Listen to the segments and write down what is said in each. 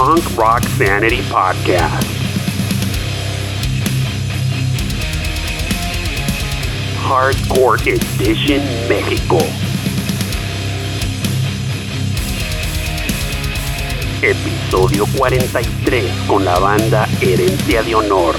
Punk Rock Sanity Podcast. Hardcore Edition México. Episodio 43 con la banda Herencia de Honor.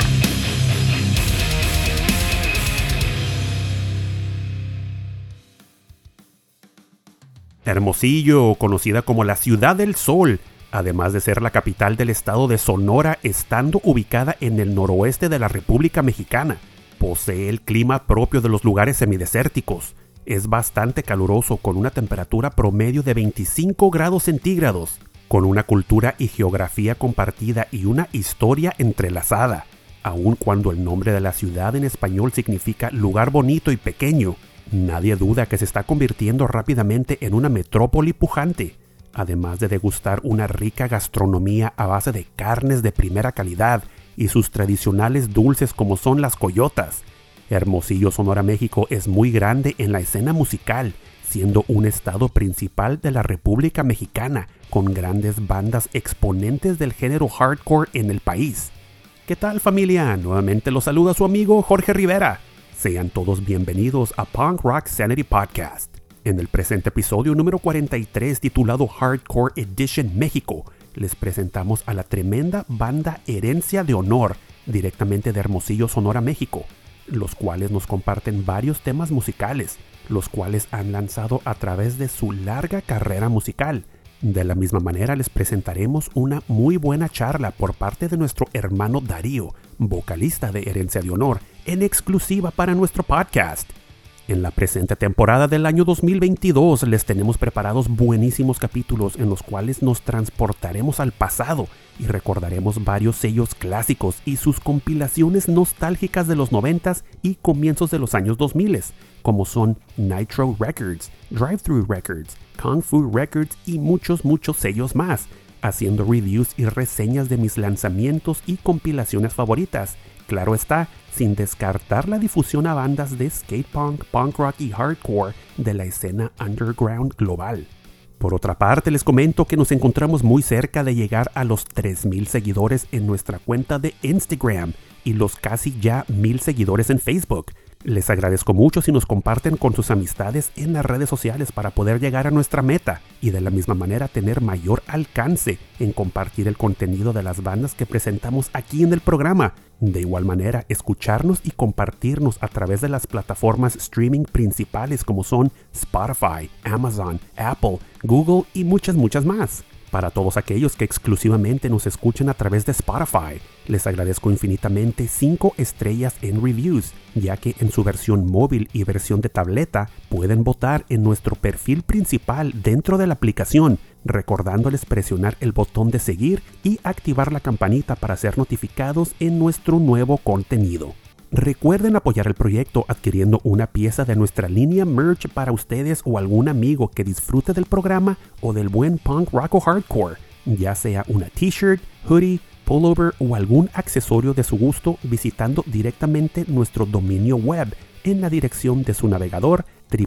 Hermosillo, conocida como la Ciudad del Sol, además de ser la capital del estado de Sonora, estando ubicada en el noroeste de la República Mexicana, posee el clima propio de los lugares semidesérticos. Es bastante caluroso, con una temperatura promedio de 25 grados centígrados, con una cultura y geografía compartida y una historia entrelazada. Aun cuando el nombre de la ciudad en español significa lugar bonito y pequeño, nadie duda que se está convirtiendo rápidamente en una metrópoli pujante, además de degustar una rica gastronomía a base de carnes de primera calidad y sus tradicionales dulces como son las coyotas. Hermosillo, Sonora, México es muy grande en la escena musical, siendo un estado principal de la República Mexicana, con grandes bandas exponentes del género hardcore en el país. ¿Qué tal, familia? Nuevamente los saluda su amigo Jorge Rivera. Sean todos bienvenidos a Punk Rock Sanity Podcast. En el presente episodio número 43, titulado Hardcore Edition México, les presentamos a la tremenda banda Herencia de Honor, directamente de Hermosillo, Sonora, México, los cuales nos comparten varios temas musicales, los cuales han lanzado a través de su larga carrera musical. De la misma manera les presentaremos una muy buena charla por parte de nuestro hermano Darío, vocalista de Herencia de Honor, en exclusiva para nuestro podcast. En la presente temporada del año 2022 les tenemos preparados buenísimos capítulos en los cuales nos transportaremos al pasado y recordaremos varios sellos clásicos y sus compilaciones nostálgicas de los 90s y comienzos de los años 2000s, como son Nitro Records, Drive-Thru Records, Kung Fu Records y muchos sellos más, haciendo reviews y reseñas de mis lanzamientos y compilaciones favoritas. Claro está, sin descartar la difusión a bandas de skate punk, punk rock y hardcore de la escena underground global. Por otra parte, les comento que nos encontramos muy cerca de llegar a los 3,000 seguidores en nuestra cuenta de Instagram y los casi ya 1,000 seguidores en Facebook. Les agradezco mucho si nos comparten con sus amistades en las redes sociales para poder llegar a nuestra meta y de la misma manera tener mayor alcance en compartir el contenido de las bandas que presentamos aquí en el programa. De igual manera, escucharnos y compartirnos a través de las plataformas streaming principales como son Spotify, Amazon, Apple, Google y muchas más. Para todos aquellos que exclusivamente nos escuchan a través de Spotify, les agradezco infinitamente 5 estrellas en reviews, ya que en su versión móvil y versión de tableta pueden votar en nuestro perfil principal dentro de la aplicación, recordándoles presionar el botón de seguir y activar la campanita para ser notificados en nuestro nuevo contenido. Recuerden apoyar el proyecto adquiriendo una pieza de nuestra línea merch para ustedes o algún amigo que disfrute del programa o del buen punk rock o hardcore, ya sea una t-shirt, hoodie, pullover o algún accesorio de su gusto visitando directamente nuestro dominio web en la dirección de su navegador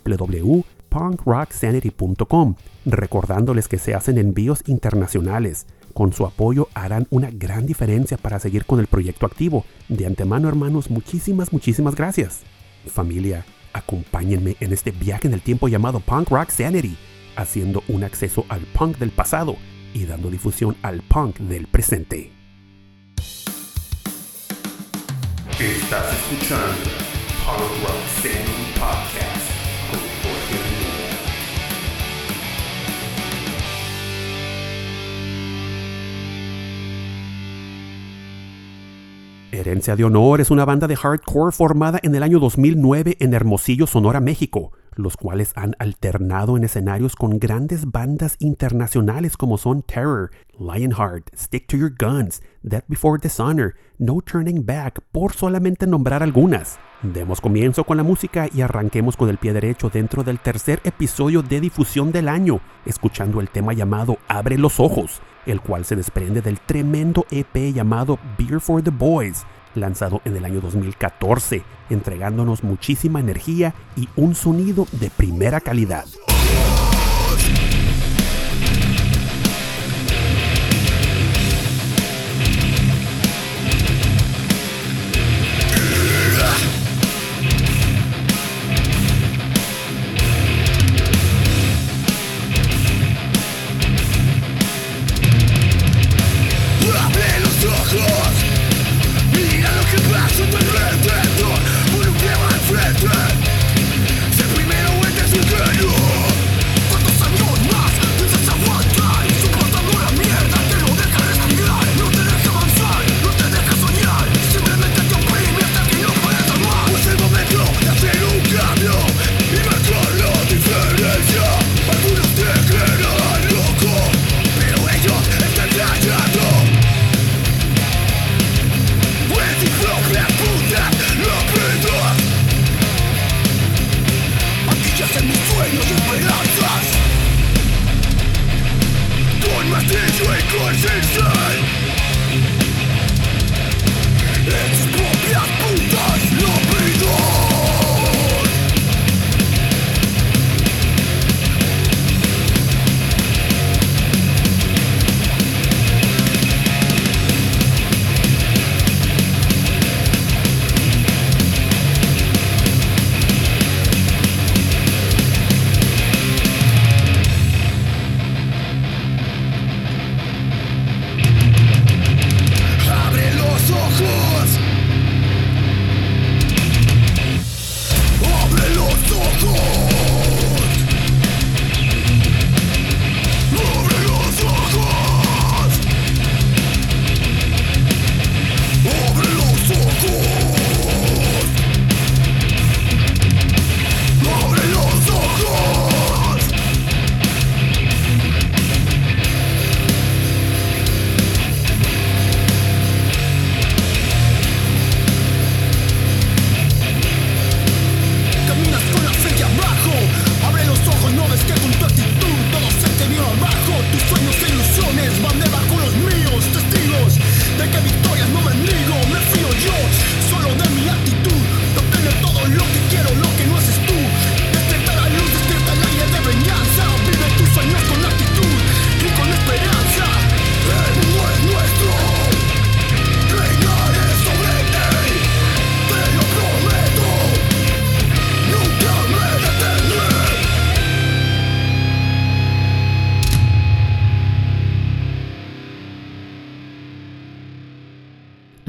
www.punkrocksanity.com, recordándoles que se hacen envíos internacionales. Con su apoyo harán una gran diferencia para seguir con el proyecto activo. De antemano, hermanos, muchísimas gracias. Familia, acompáñenme en este viaje en el tiempo llamado Punk Rock Sanity, haciendo un acceso al punk del pasado y dando difusión al punk del presente. Estás escuchando Punk Rock Sanity Podcast con Jorge Rivera. Herencia de Honor es una banda de hardcore formada en el año 2009 en Hermosillo, Sonora, México, los cuales han alternado en escenarios con grandes bandas internacionales como son Terror, Lionheart, Stick to Your Guns, Death Before Dishonor, No Turning Back, por solamente nombrar algunas. Demos comienzo con la música y arranquemos con el pie derecho dentro del tercer episodio de difusión del año, escuchando el tema llamado Abre los Ojos, el cual se desprende del tremendo EP llamado Beer for the Boys, lanzado en el año 2014, entregándonos muchísima energía y un sonido de primera calidad.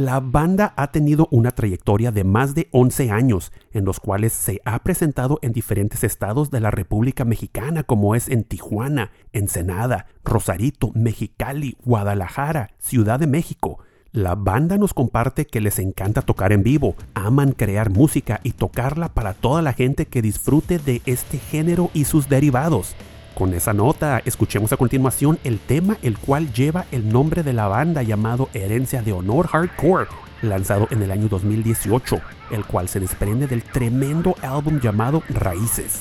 La banda ha tenido una trayectoria de más de 11 años, en los cuales se ha presentado en diferentes estados de la República Mexicana, como es en Tijuana, Ensenada, Rosarito, Mexicali, Guadalajara, Ciudad de México. La banda nos comparte que les encanta tocar en vivo, aman crear música y tocarla para toda la gente que disfrute de este género y sus derivados. Con esa nota, escuchemos a continuación el tema el cual lleva el nombre de la banda llamado Herencia de Honor Hardcore, lanzado en el año 2018, el cual se desprende del tremendo álbum llamado Raíces.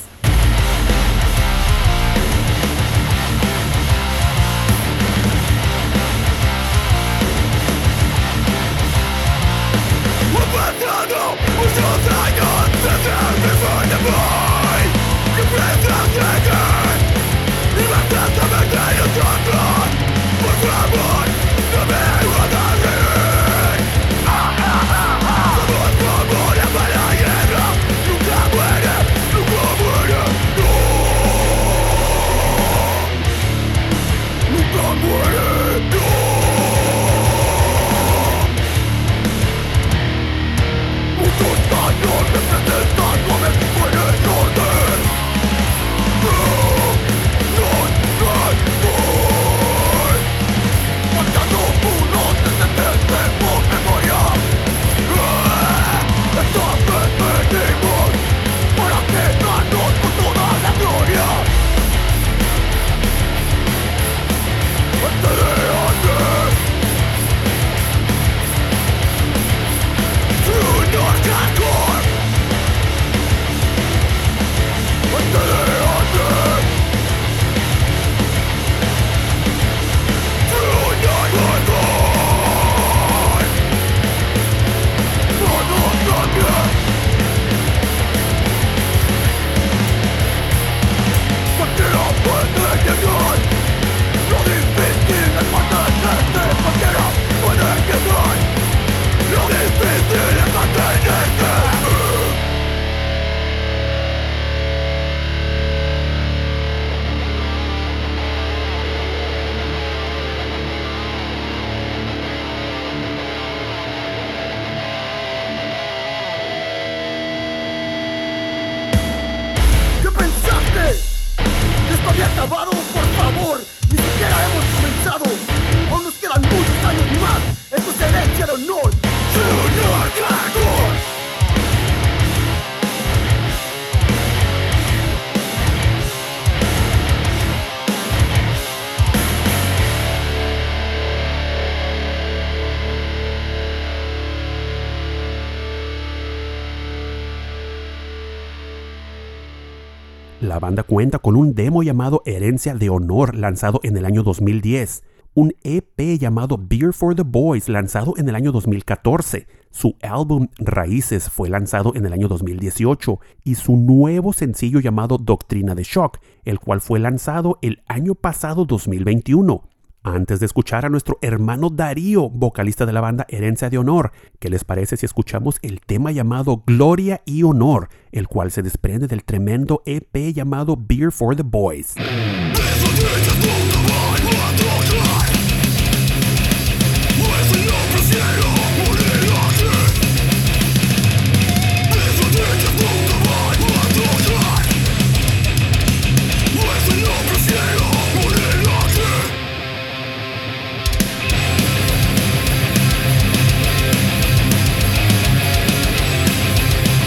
La banda cuenta con un demo llamado Herencia de Honor, lanzado en el año 2010, un EP llamado Beer for the Boys, lanzado en el año 2014, su álbum Raíces fue lanzado en el año 2018 y su nuevo sencillo llamado Doctrina de Shock, el cual fue lanzado el año pasado 2021. Antes de escuchar a nuestro hermano Darío, vocalista de la banda Herencia de Honor, ¿qué les parece si escuchamos el tema llamado Gloria y Honor, el cual se desprende del tremendo EP llamado Beer for the Boys?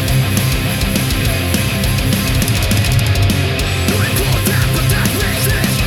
Protect me.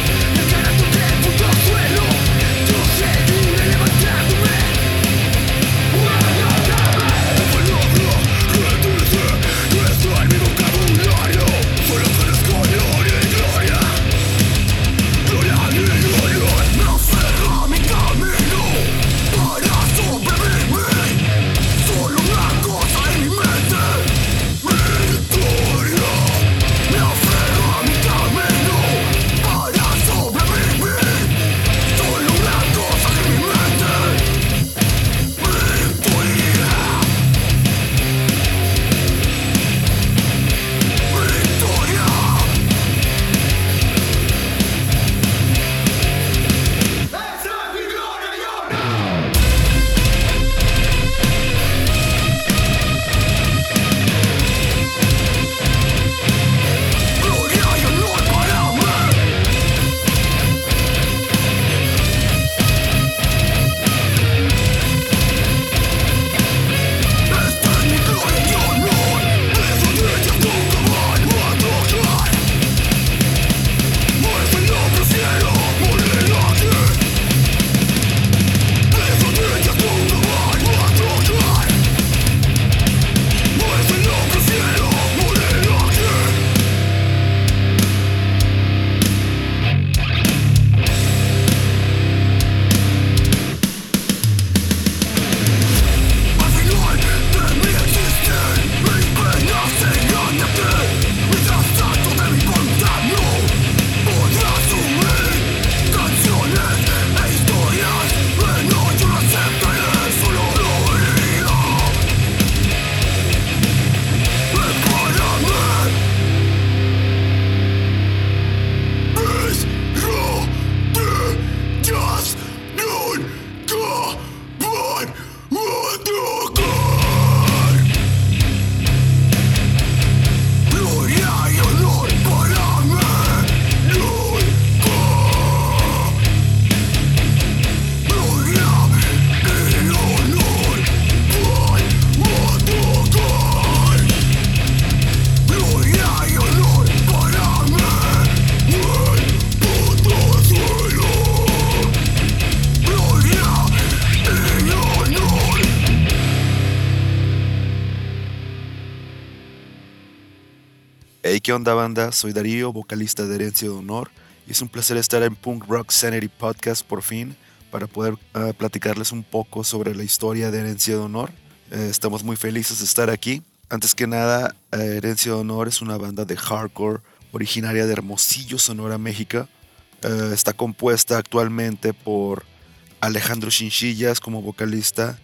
Hey, ¿qué onda, banda? Soy Darío, vocalista de Herencia de Honor, y es un placer estar en Punk Rock Sanity Podcast por fin para poder platicarles un poco sobre la historia de Herencia de Honor. Estamos muy felices de estar aquí. Antes que nada, Herencia de Honor es una banda de hardcore originaria de Hermosillo, Sonora, México. Está compuesta actualmente por Alejandro Chinchillas como vocalista,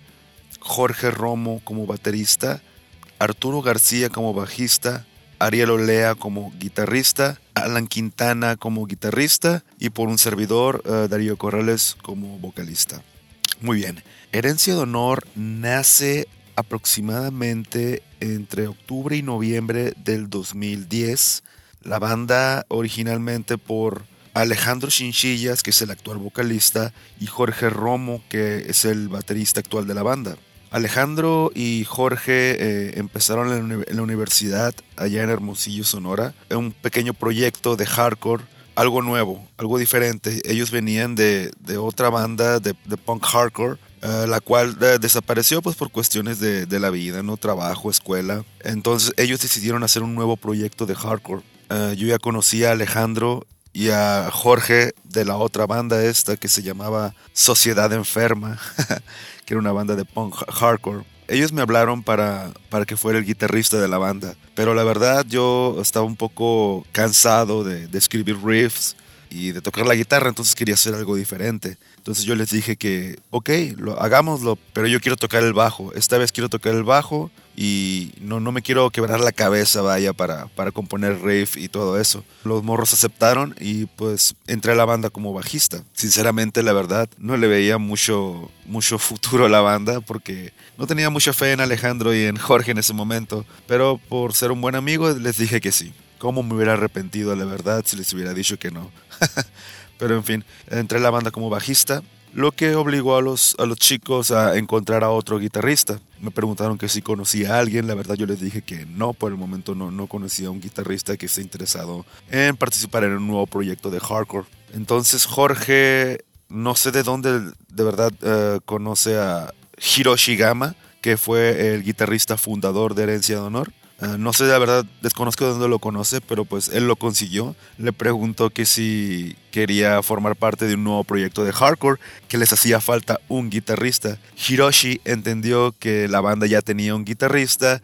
Jorge Romo como baterista, Arturo García como bajista, Ariel Olea como guitarrista, Alan Quintana como guitarrista y por un servidor, Darío Corrales, como vocalista. Muy bien, Herencia de Honor nace aproximadamente entre octubre y noviembre del 2010. La banda originalmente por Alejandro Chinchillas, que es el actual vocalista, y Jorge Romo, que es el baterista actual de la banda. Alejandro y Jorge empezaron en la universidad allá en Hermosillo, Sonora, un pequeño proyecto de hardcore, algo nuevo, algo diferente. Ellos venían de otra banda de punk hardcore, la cual desapareció pues por cuestiones de la vida, ¿no? Trabajo, escuela. Entonces ellos decidieron hacer un nuevo proyecto de hardcore. Yo ya conocía a Alejandro y a Jorge de la otra banda esta que se llamaba Sociedad Enferma, que era una banda de punk hardcore. Ellos me hablaron para que fuera el guitarrista de la banda, pero la verdad yo estaba un poco cansado de escribir riffs y de tocar la guitarra, entonces quería hacer algo diferente. Entonces yo les dije que, ok, hagámoslo, pero yo quiero tocar el bajo. Esta vez quiero tocar el bajo y no me quiero quebrar la cabeza, vaya, para componer riff y todo eso. Los morros aceptaron y pues entré a la banda como bajista. Sinceramente, la verdad, no le veía mucho futuro a la banda porque no tenía mucha fe en Alejandro y en Jorge en ese momento, pero por ser un buen amigo les dije que sí. ¿Cómo me hubiera arrepentido, la verdad, si les hubiera dicho que no? Pero en fin, entré a la banda como bajista, lo que obligó a los chicos a encontrar a otro guitarrista. Me preguntaron que si conocía a alguien, la verdad yo les dije que no, por el momento no conocía a un guitarrista que esté interesado en participar en un nuevo proyecto de hardcore. Entonces Jorge, no sé de dónde de verdad conoce a Hiroshi Gama, que fue el guitarrista fundador de Herencia de Honor. No sé, la verdad, desconozco de dónde lo conoce, pero pues él lo consiguió. Le preguntó que si quería formar parte de un nuevo proyecto de hardcore, que les hacía falta un guitarrista. Hiroshi entendió que la banda ya tenía un guitarrista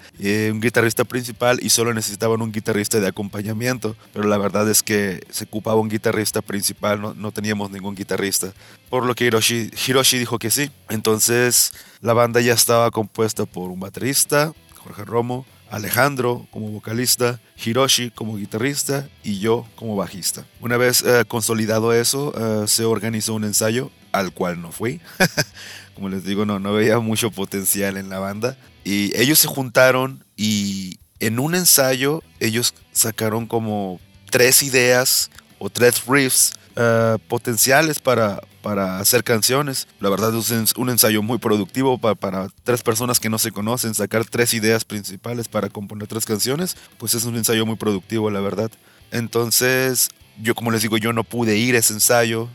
principal y solo necesitaban un guitarrista de acompañamiento. Pero la verdad es que se ocupaba un guitarrista principal, no teníamos ningún guitarrista. Por lo que Hiroshi dijo que sí. Entonces la banda ya estaba compuesta por un baterista, Jorge Romo, Alejandro como vocalista, Hiroshi como guitarrista y yo como bajista. Una vez consolidado eso, se organizó un ensayo al cual no fui. Como les digo, no veía mucho potencial en la banda. Y ellos se juntaron y en un ensayo ellos sacaron como 3 ideas o 3 riffs potenciales para hacer canciones. La verdad es un ensayo muy productivo para 3 personas que no se conocen. Sacar 3 ideas principales para componer 3 canciones, pues es un ensayo muy productivo, la verdad. Entonces yo, como les digo, yo no pude ir a ese ensayo,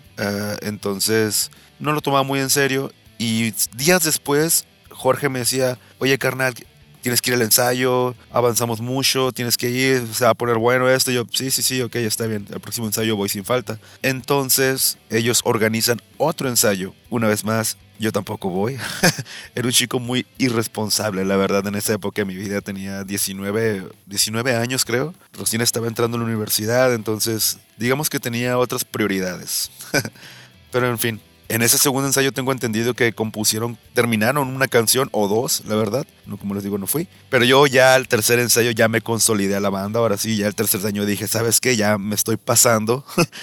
entonces no lo tomaba muy en serio. Y días después Jorge me decía, oye carnal, tienes que ir al ensayo, avanzamos mucho, tienes que ir, se va a poner bueno esto. Y yo, sí, ok, está bien, el próximo ensayo voy sin falta. Entonces ellos organizan otro ensayo. Una vez más, yo tampoco voy. Era un chico muy irresponsable, la verdad. En esa época de mi vida tenía 19 años, creo. Recién estaba entrando a la universidad, entonces digamos que tenía otras prioridades. Pero en fin. En ese segundo ensayo tengo entendido que terminaron una canción o 2, la verdad. No, como les digo, no fui. Pero yo ya al tercer ensayo ya me consolidé a la banda. Ahora sí, ya el tercer año dije, ¿sabes qué? Ya me estoy pasando.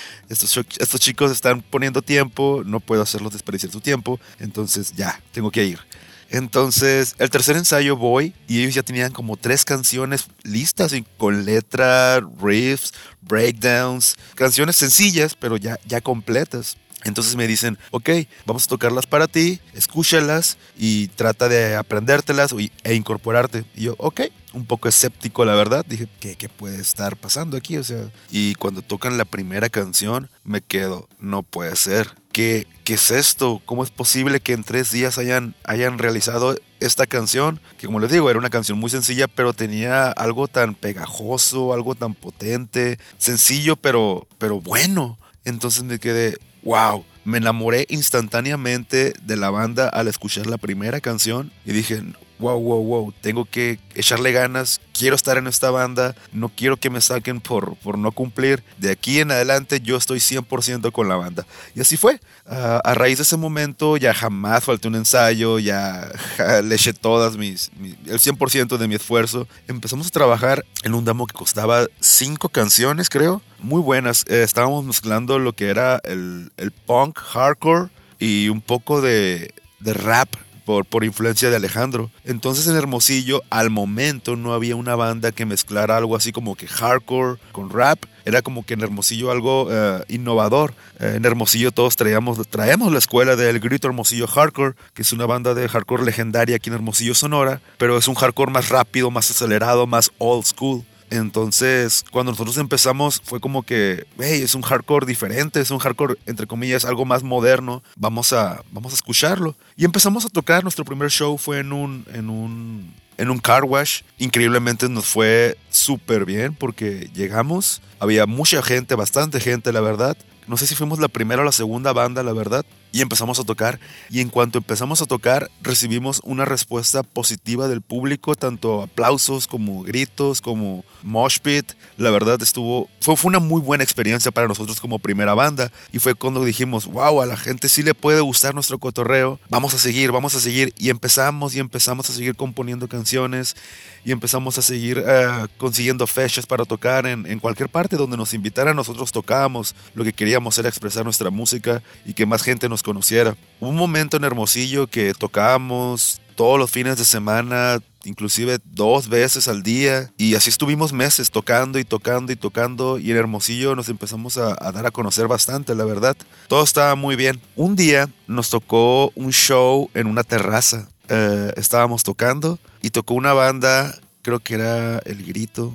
Estos chicos están poniendo tiempo, no puedo hacerlos desperdiciar su tiempo. Entonces ya, tengo que ir. Entonces, el tercer ensayo voy y ellos ya tenían como 3 canciones listas con letra, riffs, breakdowns, canciones sencillas, pero ya completas. Entonces me dicen, ok, vamos a tocarlas para ti, escúchalas y trata de aprendértelas e incorporarte. Y yo, ok, un poco escéptico, la verdad. Dije, ¿qué puede estar pasando aquí? O sea, y cuando tocan la primera canción, me quedo, no puede ser. ¿qué es esto? ¿Cómo es posible que en 3 días hayan realizado esta canción? Que como les digo, era una canción muy sencilla, pero tenía algo tan pegajoso, algo tan potente, sencillo, pero bueno. Entonces me quedé, wow, me enamoré instantáneamente de la banda al escuchar la primera canción y dije, wow, tengo que echarle ganas, quiero estar en esta banda, no quiero que me saquen por no cumplir. De aquí en adelante yo estoy 100% con la banda. Y así fue. A raíz de ese momento ya jamás falté un ensayo, ya le eché el 100% de mi esfuerzo. Empezamos a trabajar en un demo que costaba 5 canciones, creo, muy buenas. Estábamos mezclando lo que era el punk, hardcore y un poco de rap. Por influencia de Alejandro. Entonces en Hermosillo al momento no había una banda que mezclara algo así como que hardcore con rap. Era como que en Hermosillo algo innovador. En Hermosillo todos traemos la escuela del Grito Hermosillo Hardcore, que es una banda de hardcore legendaria aquí en Hermosillo, Sonora, pero es un hardcore más rápido, más acelerado, más old school. Entonces, cuando nosotros empezamos fue como que, hey, es un hardcore diferente, es un hardcore, entre comillas, algo más moderno, vamos a escucharlo. Y empezamos a tocar, nuestro primer show fue en un car wash. Increíblemente nos fue súper bien porque llegamos, había mucha gente, bastante gente, la verdad. No sé si fuimos la primera o la segunda banda, la verdad. Y empezamos a tocar. Y en cuanto empezamos a tocar, recibimos una respuesta positiva del público. Tanto aplausos como gritos, como mosh pit. La verdad fue una muy buena experiencia para nosotros como primera banda. Y fue cuando dijimos, wow, a la gente sí le puede gustar nuestro cotorreo. Vamos a seguir. Y empezamos a seguir componiendo canciones. Y empezamos a seguir consiguiendo fechas para tocar en cualquier parte donde nos invitaran. Nosotros tocábamos. Lo que queríamos era expresar nuestra música y que más gente nos conociera. Hubo un momento en Hermosillo que tocábamos todos los fines de semana, inclusive 2 veces al día, y así estuvimos meses tocando. Y en Hermosillo nos empezamos a dar a conocer bastante, la verdad. Todo estaba muy bien. Un día nos tocó un show en una terraza. Estábamos tocando y tocó una banda, creo que era El Grito,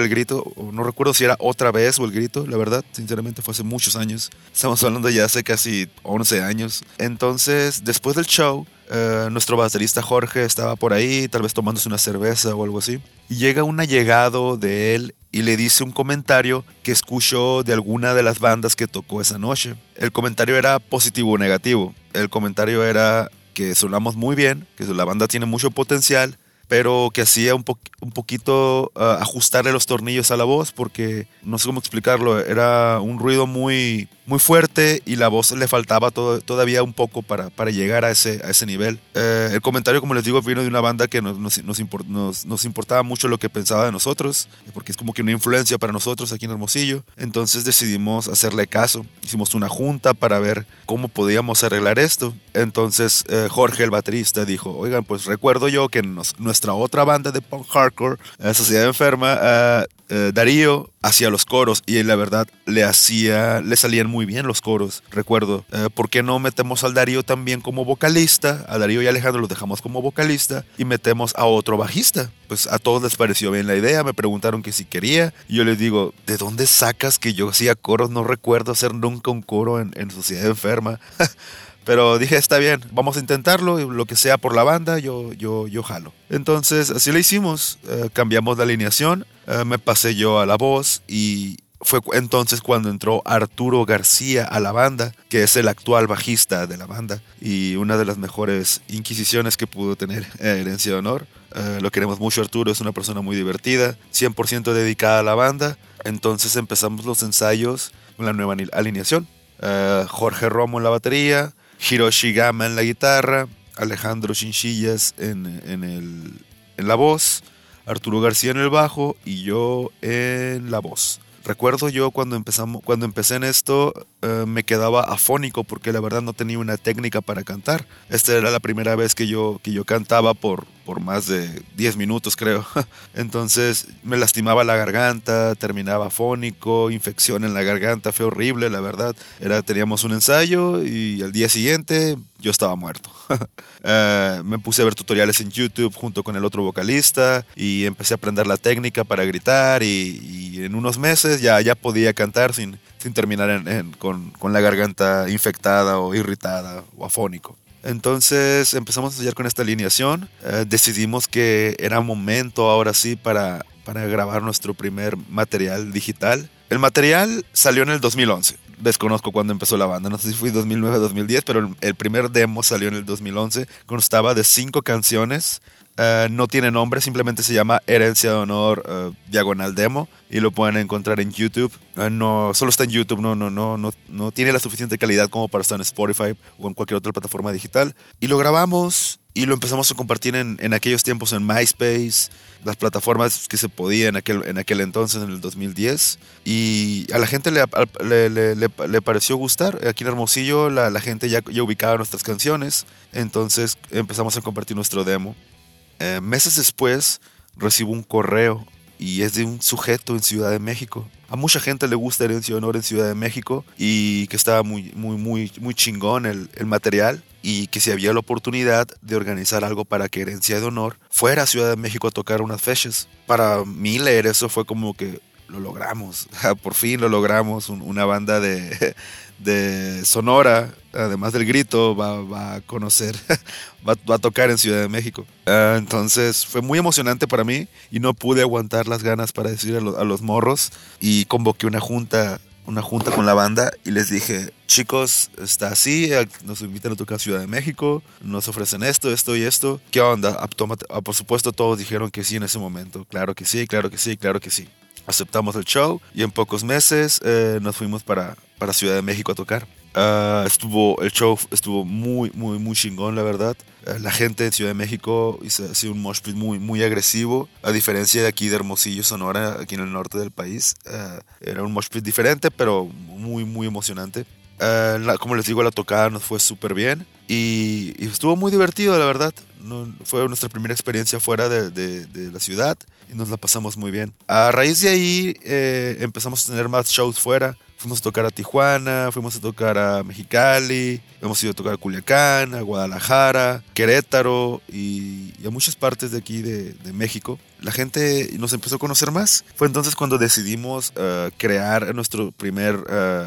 o no recuerdo si era Otra Vez o El Grito, la verdad, sinceramente fue hace muchos años. Estamos hablando ya hace casi 11 años. Entonces, después del show, nuestro baterista Jorge estaba por ahí, tal vez tomándose una cerveza o algo así, y llega un allegado de él y le dice un comentario que escuchó de alguna de las bandas que tocó esa noche. El comentario era positivo o negativo. El comentario era que sonamos muy bien, que la banda tiene mucho potencial, pero que hacía un poquito ajustarle los tornillos a la voz, porque no sé cómo explicarlo, era un ruido muy fuerte y la voz le faltaba todavía un poco para llegar a ese nivel. El comentario, como les digo, vino de una banda que nos importaba mucho lo que pensaba de nosotros, porque es como que una influencia para nosotros aquí en Hermosillo. Entonces decidimos hacerle caso. Hicimos una junta para ver cómo podíamos arreglar esto. Entonces Jorge, el baterista, dijo, oigan, pues recuerdo yo que nuestra otra banda de punk hardcore, Sociedad Enferma, Darío hacía los coros y la verdad le salían muy bien los coros. Recuerdo, ¿por qué no metemos al Darío también como vocalista? A Darío y Alejandro los dejamos como vocalista y metemos a otro bajista. Pues a todos les pareció bien la idea, me preguntaron que si quería y yo les digo, ¿de dónde sacas que yo hacía coros? No recuerdo hacer nunca un coro en Sociedad Enferma. Pero dije, está bien, vamos a intentarlo, lo que sea por la banda, yo jalo. Entonces, así lo hicimos, cambiamos la alineación, me pasé yo a la voz y fue entonces cuando entró Arturo García a la banda, que es el actual bajista de la banda y una de las mejores inquisiciones que pudo tener Herencia de Honor. Lo queremos mucho, Arturo, es una persona muy divertida, 100% dedicada a la banda. Entonces empezamos los ensayos con la nueva alineación. Jorge Romo en la batería, Hiroshi Gama en la guitarra, Alejandro Chinchillas en la voz, Arturo García en el bajo y yo en la voz. Recuerdo yo cuando empecé en esto, me quedaba afónico porque la verdad no tenía una técnica para cantar. Esta era la primera vez que yo cantaba por más de 10 minutos, creo. Entonces me lastimaba la garganta, terminaba afónico, infección en la garganta, fue horrible, la verdad. Teníamos un ensayo y al día siguiente yo estaba muerto. Me puse a ver tutoriales en YouTube junto con el otro vocalista y empecé a aprender la técnica para gritar y en unos meses ya podía cantar sin sin terminar con la garganta infectada o irritada o afónico. Entonces empezamos a ensayar con esta alineación. Decidimos que era momento ahora sí para grabar nuestro primer material digital. El material salió en el 2011. Desconozco cuándo empezó la banda, no sé si fue 2009 o 2010, pero el primer demo salió en el 2011. Constaba de 5 canciones. No tiene nombre, simplemente se llama Herencia de Honor diagonal demo y lo pueden encontrar en YouTube. No, solo está en YouTube, no tiene la suficiente calidad como para estar en Spotify o en cualquier otra plataforma digital. Y lo grabamos y lo empezamos a compartir en aquellos tiempos en MySpace, las plataformas que se podía en aquel entonces, en el 2010. Y a la gente le pareció gustar. Aquí en Hermosillo la gente ya ubicaba nuestras canciones, entonces empezamos a compartir nuestro demo. Meses después recibo un correo y es de un sujeto en Ciudad de México. A mucha gente le gusta Herencia de Honor en Ciudad de México y que estaba muy chingón el material y que si había la oportunidad de organizar algo para que Herencia de Honor fuera a Ciudad de México a tocar unas fechas. Para mí leer eso fue como que lo logramos, por fin lo logramos, una banda de Sonora, además del grito, va a conocer, va a tocar en Ciudad de México. Entonces fue muy emocionante para mí y no pude aguantar las ganas para decir a los morros y convoqué una junta con la banda y les dije, chicos, está así, nos invitan a tocar a Ciudad de México, nos ofrecen esto y esto, ¿qué onda? Por supuesto todos dijeron que sí en ese momento, claro que sí. Aceptamos el show y en pocos meses nos fuimos para Ciudad de México a tocar. El show estuvo muy chingón, la verdad. La gente en Ciudad de México hizo así un mosh pit muy agresivo, a diferencia de aquí de Hermosillo, Sonora, aquí en el norte del país. Era un mosh pit diferente, pero muy emocionante. Como les digo, la tocada nos fue súper bien y estuvo muy divertido, la verdad. Fue nuestra primera experiencia fuera de la ciudad y nos la pasamos muy bien. A raíz de ahí empezamos a tener más shows fuera. Fuimos a tocar a Tijuana, fuimos a tocar a Mexicali, hemos ido a tocar a Culiacán, a Guadalajara, Querétaro y a muchas partes de aquí de México. La gente nos empezó a conocer más. Fue entonces cuando decidimos crear nuestro primer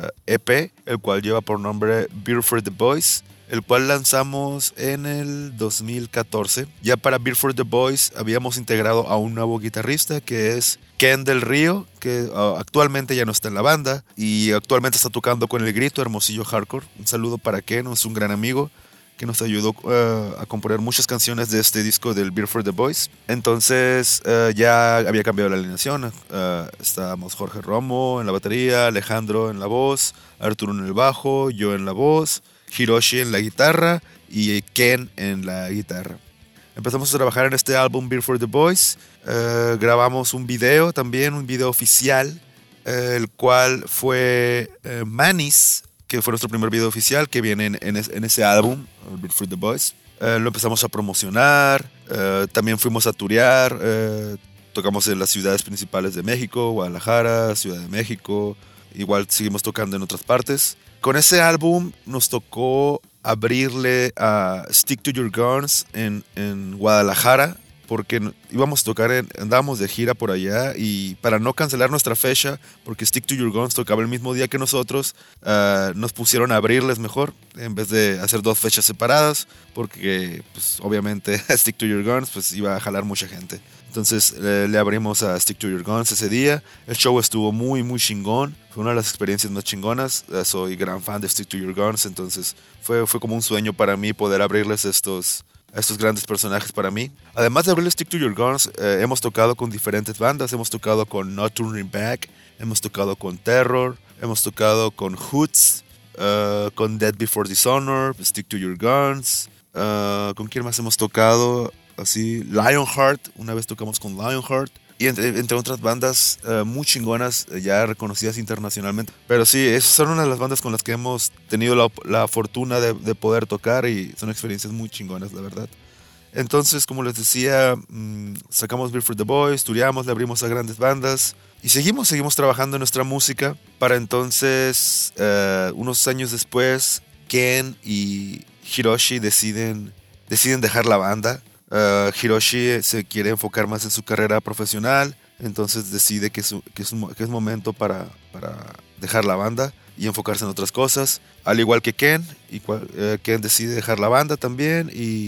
EP, el cual lleva por nombre Beer for the Boys, el cual lanzamos en el 2014. Ya para Beer for the Boys habíamos integrado a un nuevo guitarrista que es Ken del Río, que actualmente ya no está en la banda y actualmente está tocando con El Grito, Hermosillo Hardcore. Un saludo para Ken, es un gran amigo que nos ayudó a componer muchas canciones de este disco del Beer for the Boys. Entonces ya había cambiado la alineación. Estábamos Jorge Romo en la batería, Alejandro en la voz, Arturo en el bajo, yo en la voz, Hiroshi en la guitarra y Ken en la guitarra. Empezamos a trabajar en este álbum Beer for the Boys. Grabamos un video también, un video oficial, el cual fue Manis, que fue nuestro primer video oficial que viene en ese álbum, Beer for the Boys. Lo empezamos a promocionar, también fuimos a turear, tocamos en las ciudades principales de México, Guadalajara, Ciudad de México, igual seguimos tocando en otras partes. Con ese álbum nos tocó abrirle a Stick to Your Guns en Guadalajara, porque íbamos a tocar, andábamos de gira por allá y para no cancelar nuestra fecha, porque Stick to Your Guns tocaba el mismo día que nosotros, nos pusieron a abrirles mejor, en vez de hacer 2 fechas separadas, porque pues, obviamente Stick to Your Guns pues, iba a jalar mucha gente. Entonces le abrimos a Stick to Your Guns ese día. El show estuvo muy chingón. Fue una de las experiencias más chingonas. Soy gran fan de Stick to Your Guns. Entonces fue como un sueño para mí poder abrirles a estos grandes personajes para mí. Además de abrirles Stick to Your Guns, hemos tocado con diferentes bandas. Hemos tocado con Not Turning Back. Hemos tocado con Terror. Hemos tocado con Hoots. Con Dead Before Dishonor. Stick to Your Guns. ¿Con quién más hemos tocado? Así, Lionheart, una vez tocamos con Lionheart y entre otras bandas muy chingonas, ya reconocidas internacionalmente. Pero sí, esas son una de las bandas con las que hemos tenido la fortuna de poder tocar y son experiencias muy chingonas, la verdad. Entonces, como les decía, sacamos Beer for the Boys, tureamos, le abrimos a grandes bandas y seguimos trabajando en nuestra música. Para entonces, unos años después, Ken y Hiroshi deciden dejar la banda. Hiroshi se quiere enfocar más en su carrera profesional, entonces decide que es momento para dejar la banda y enfocarse en otras cosas. Al igual que Ken, Ken decide dejar la banda también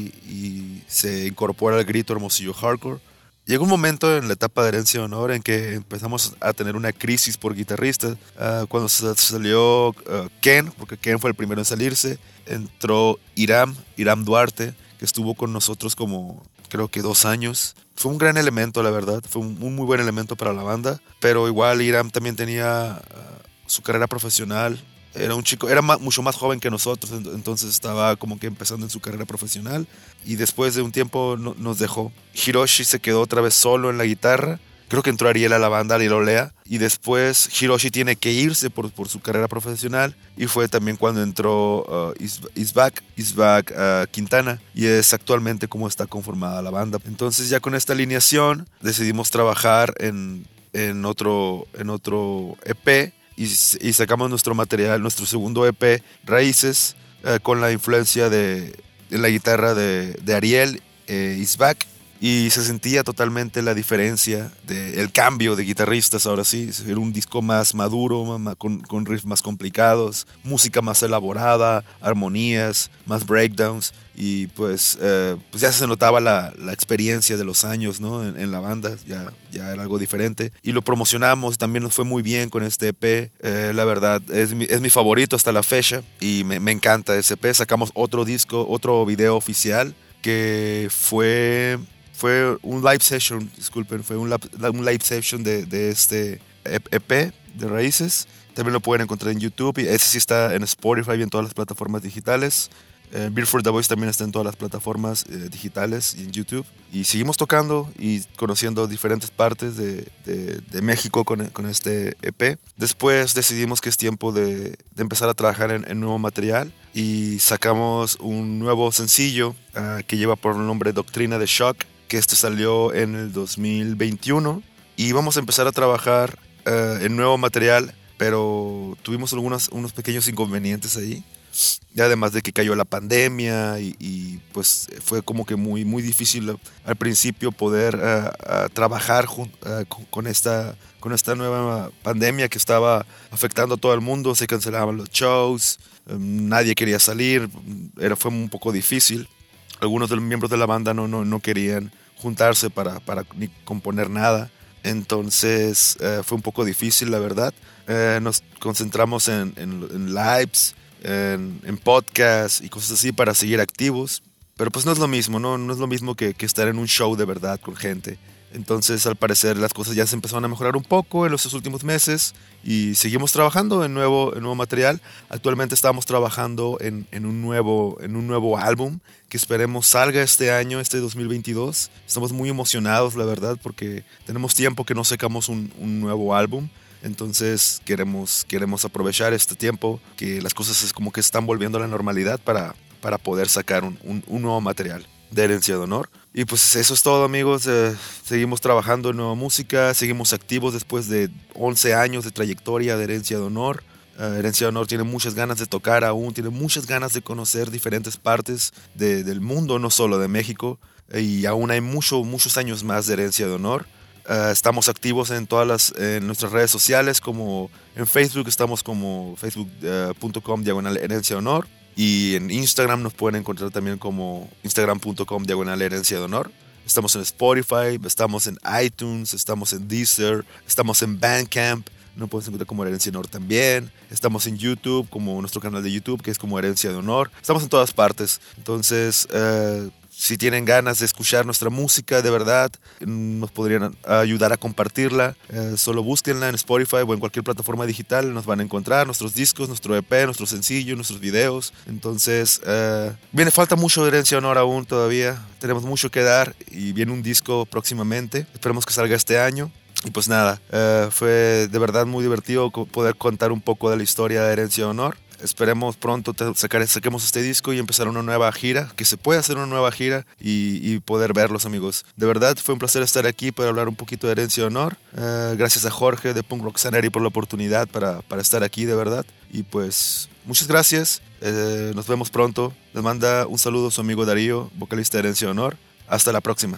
y se incorpora al Grito Hermosillo Hardcore. Llegó un momento en la etapa de Herencia de Honor en que empezamos a tener una crisis por guitarristas. Cuando salió Ken, porque Ken fue el primero en salirse, entró Hiram Duarte, que estuvo con nosotros como creo que 2 años. Fue un gran elemento, la verdad, fue un muy buen elemento para la banda, pero igual Hiram también tenía su carrera profesional. Era un chico, era mucho más joven que nosotros, entonces estaba como que empezando en su carrera profesional y después de un tiempo nos dejó. Hiroshi se quedó otra vez solo en la guitarra. Creo que entró Ariel a la banda, Ariel Olea, y después Hiroshi tiene que irse por su carrera profesional y fue también cuando entró Isbak Quintana, y es actualmente como está conformada la banda. Entonces ya con esta alineación decidimos trabajar en otro EP y sacamos nuestro material, nuestro segundo EP, Raíces, con la influencia de la guitarra de Ariel Isbak. Y se sentía totalmente la diferencia, el cambio de guitarristas. Ahora sí, era un disco más maduro, con riffs más complicados, música más elaborada, armonías, más breakdowns. Y pues ya se notaba la experiencia de los años, ¿no? en la banda, ya era algo diferente. Y lo promocionamos, también nos fue muy bien con este EP. La verdad, es mi favorito hasta la fecha y me encanta ese EP. Sacamos otro disco, otro video oficial que fue un live session, disculpen, fue un live session de este EP de Raíces. También lo pueden encontrar en YouTube, y ese sí está en Spotify y en todas las plataformas digitales. Beer for the Boys también está en todas las plataformas digitales y en YouTube. Y seguimos tocando y conociendo diferentes partes de México con este EP. Después decidimos que es tiempo de empezar a trabajar en nuevo material y sacamos un nuevo sencillo que lleva por nombre Doctrina de Shock, que salió en el 2021, y vamos a empezar a trabajar en nuevo material, pero tuvimos unos pequeños inconvenientes ahí, y además de que cayó la pandemia y pues fue como que muy, muy difícil al principio poder trabajar con esta nueva pandemia que estaba afectando a todo el mundo. Se cancelaban los shows, nadie quería salir, fue un poco difícil. Algunos de los miembros de la banda no querían juntarse para ni componer nada. Entonces fue un poco difícil, la verdad. Nos concentramos en lives, en podcasts y cosas así para seguir activos. Pero pues no es lo mismo, no es lo mismo que estar en un show de verdad con gente. Entonces, al parecer, las cosas ya se empezaron a mejorar un poco en los últimos meses y seguimos trabajando en nuevo material. Actualmente estamos trabajando en un nuevo álbum que esperemos salga este año, este 2022. Estamos muy emocionados, la verdad, porque tenemos tiempo que no sacamos un nuevo álbum. Entonces queremos aprovechar este tiempo que las cosas es como que están volviendo a la normalidad para poder sacar un nuevo material de Herencia de Honor. Y pues eso es todo, amigos. Seguimos trabajando en nueva música, seguimos activos después de 11 años de trayectoria de Herencia de Honor. Herencia de Honor tiene muchas ganas de tocar aún, tiene muchas ganas de conocer diferentes partes del mundo, no solo de México, y aún hay muchos años más de Herencia de Honor. Estamos activos en en nuestras redes sociales, como en Facebook estamos como facebook.com/Herencia de Honor. Y en Instagram nos pueden encontrar también como instagram.com/Herencia de Honor. Estamos en Spotify, estamos en iTunes, estamos en Deezer, estamos en Bandcamp. Nos pueden encontrar como Herencia de Honor también. Estamos en YouTube, como nuestro canal de YouTube, que es como Herencia de Honor. Estamos en todas partes. Entonces, si tienen ganas de escuchar nuestra música de verdad, nos podrían ayudar a compartirla. Solo búsquenla en Spotify o en cualquier plataforma digital. Nos van a encontrar nuestros discos, nuestro EP, nuestro sencillo, nuestros videos. Entonces, falta mucho de Herencia de Honor aún todavía. Tenemos mucho que dar y viene un disco próximamente. Esperemos que salga este año. Y pues nada, fue de verdad muy divertido poder contar un poco de la historia de Herencia de Honor. Esperemos pronto saquemos este disco y empezar una nueva gira, que se pueda hacer una nueva gira y poder verlos, amigos. De verdad fue un placer estar aquí para hablar un poquito de Herencia de Honor. Gracias a Jorge de Punk Rock Sanity por la oportunidad para estar aquí, de verdad. Y pues muchas gracias, nos vemos pronto. Les manda un saludo a su amigo Darío, vocalista de Herencia de Honor. Hasta la próxima.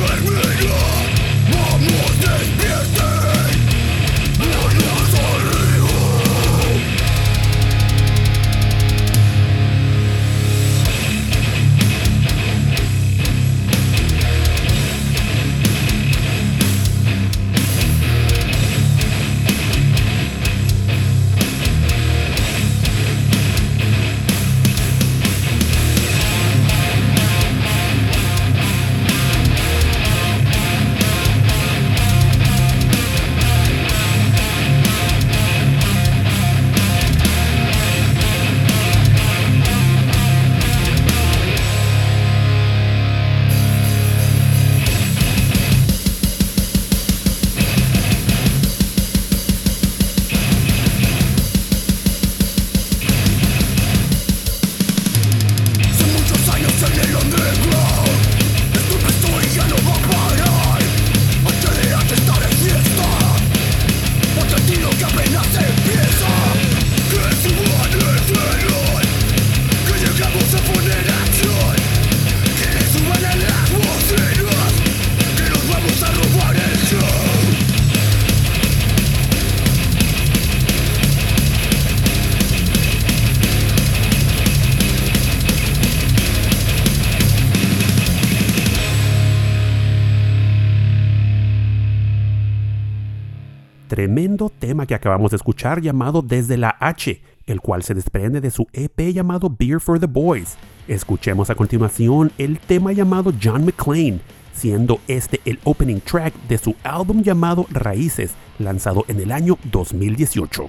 Tremendo tema que acabamos de escuchar llamado Desde la H, el cual se desprende de su EP llamado Beer for the Boys. Escuchemos a continuación el tema llamado John McClane, siendo este el opening track de su álbum llamado Raíces, lanzado en el año 2018.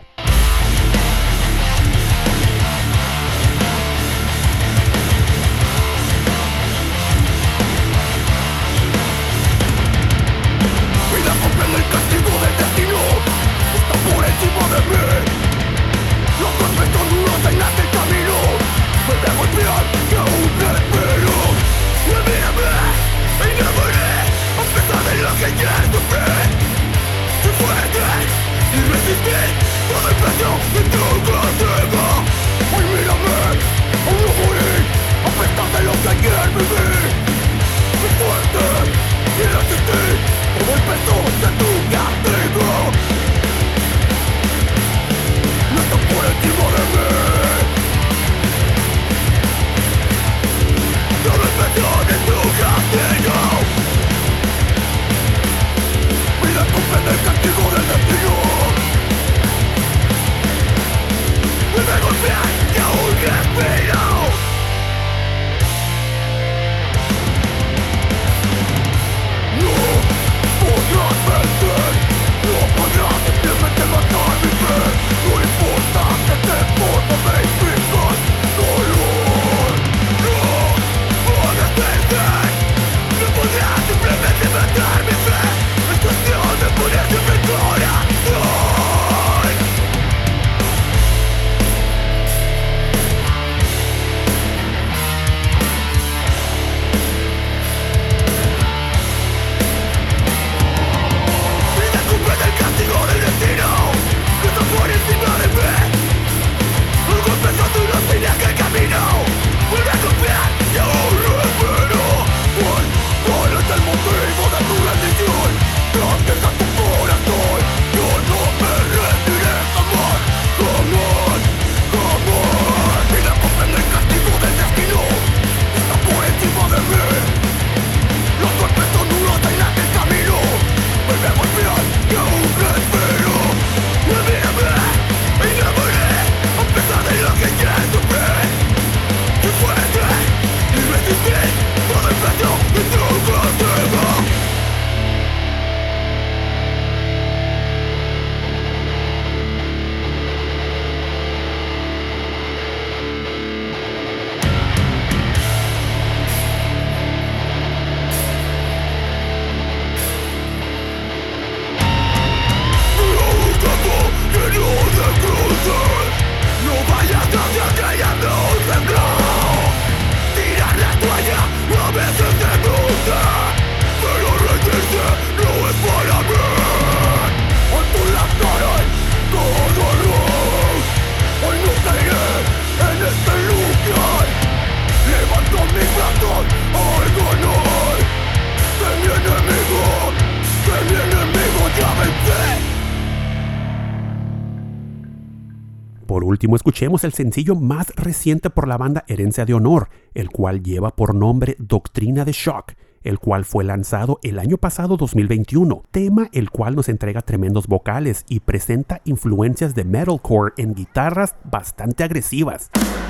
Por último, escuchemos el sencillo más reciente por la banda Herencia de Honor, el cual lleva por nombre Doctrina de Shock, el cual fue lanzado el año pasado 2021, tema el cual nos entrega tremendos vocales y presenta influencias de metalcore en guitarras bastante agresivas.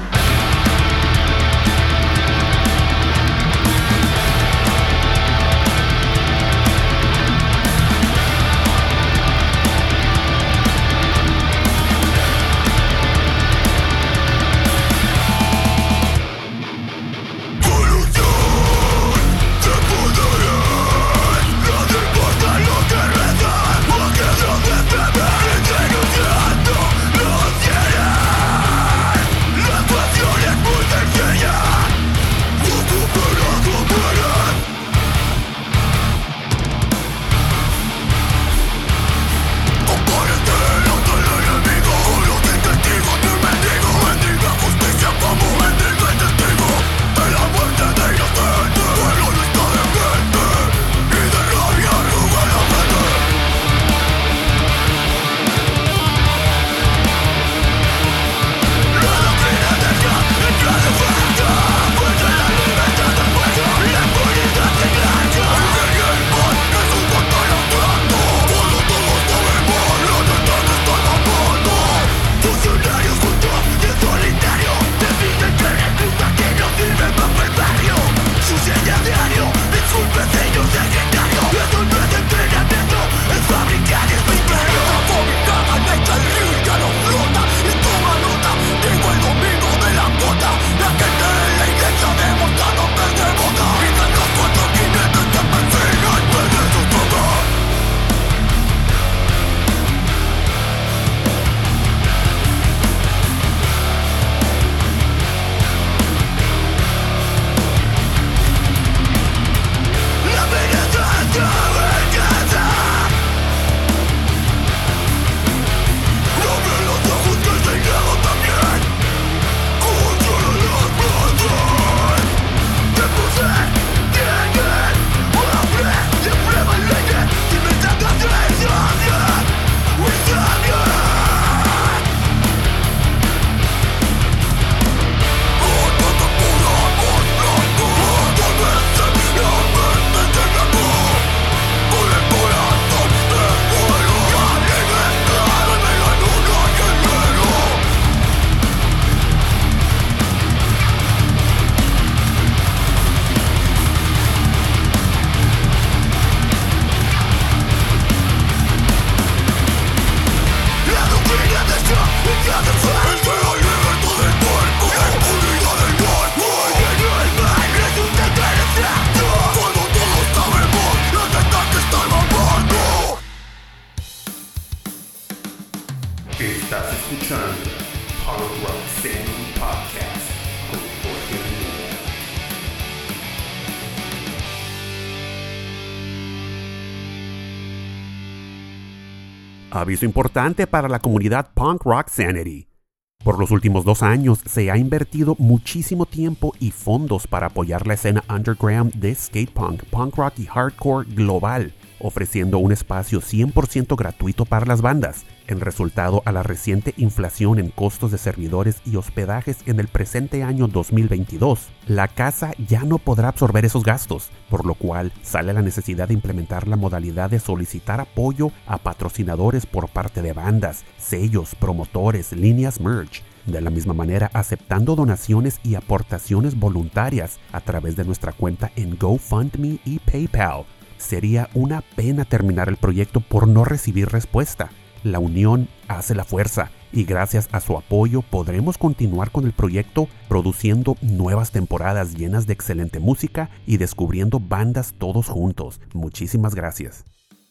Estás escuchando Punk Rock Sanity Podcast con Jorge Rivera. Aviso importante para la comunidad Punk Rock Sanity. Por los últimos 2 años se ha invertido muchísimo tiempo y fondos para apoyar la escena underground de skatepunk, punk rock y hardcore global, ofreciendo un espacio 100% gratuito para las bandas, en resultado a la reciente inflación en costos de servidores y hospedajes en el presente año 2022. La casa ya no podrá absorber esos gastos, por lo cual sale la necesidad de implementar la modalidad de solicitar apoyo a patrocinadores por parte de bandas, sellos, promotores, líneas merch. De la misma manera, aceptando donaciones y aportaciones voluntarias a través de nuestra cuenta en GoFundMe y PayPal. Sería una pena terminar el proyecto por no recibir respuesta. La unión hace la fuerza y gracias a su apoyo podremos continuar con el proyecto produciendo nuevas temporadas llenas de excelente música y descubriendo bandas todos juntos. Muchísimas gracias.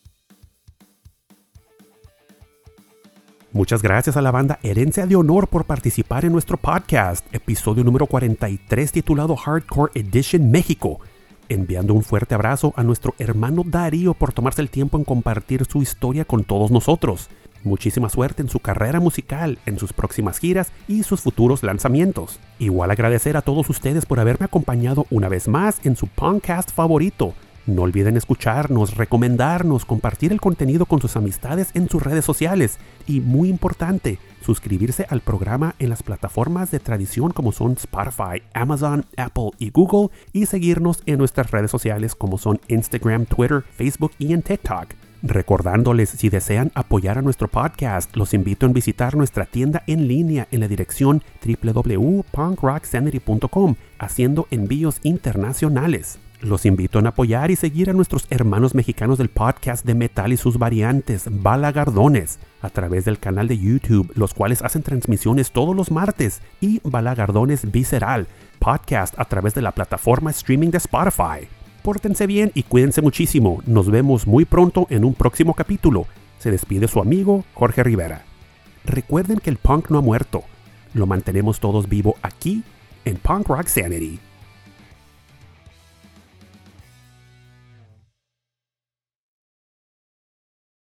Muchas gracias a la banda Herencia de Honor por participar en nuestro podcast, episodio número 43 titulado Hardcore Edition México. Enviando un fuerte abrazo a nuestro hermano Darío por tomarse el tiempo en compartir su historia con todos nosotros. Muchísima suerte en su carrera musical, en sus próximas giras y sus futuros lanzamientos. Igual agradecer a todos ustedes por haberme acompañado una vez más en su podcast favorito. No olviden escucharnos, recomendarnos, compartir el contenido con sus amistades en sus redes sociales y, muy importante, suscribirse al programa en las plataformas de tradición como son Spotify, Amazon, Apple y Google y seguirnos en nuestras redes sociales como son Instagram, Twitter, Facebook y en TikTok. Recordándoles, si desean apoyar a nuestro podcast, los invito a visitar nuestra tienda en línea en la dirección www.punkrocksanity.com, haciendo envíos internacionales. Los invito a apoyar y seguir a nuestros hermanos mexicanos del podcast de metal y sus variantes, Balagardones, a través del canal de YouTube, los cuales hacen transmisiones todos los martes, y Balagardones Visceral, podcast a través de la plataforma streaming de Spotify. Pórtense bien y cuídense muchísimo. Nos vemos muy pronto en un próximo capítulo. Se despide su amigo Jorge Rivera. Recuerden que el punk no ha muerto. Lo mantenemos todos vivo aquí en Punk Rock Sanity.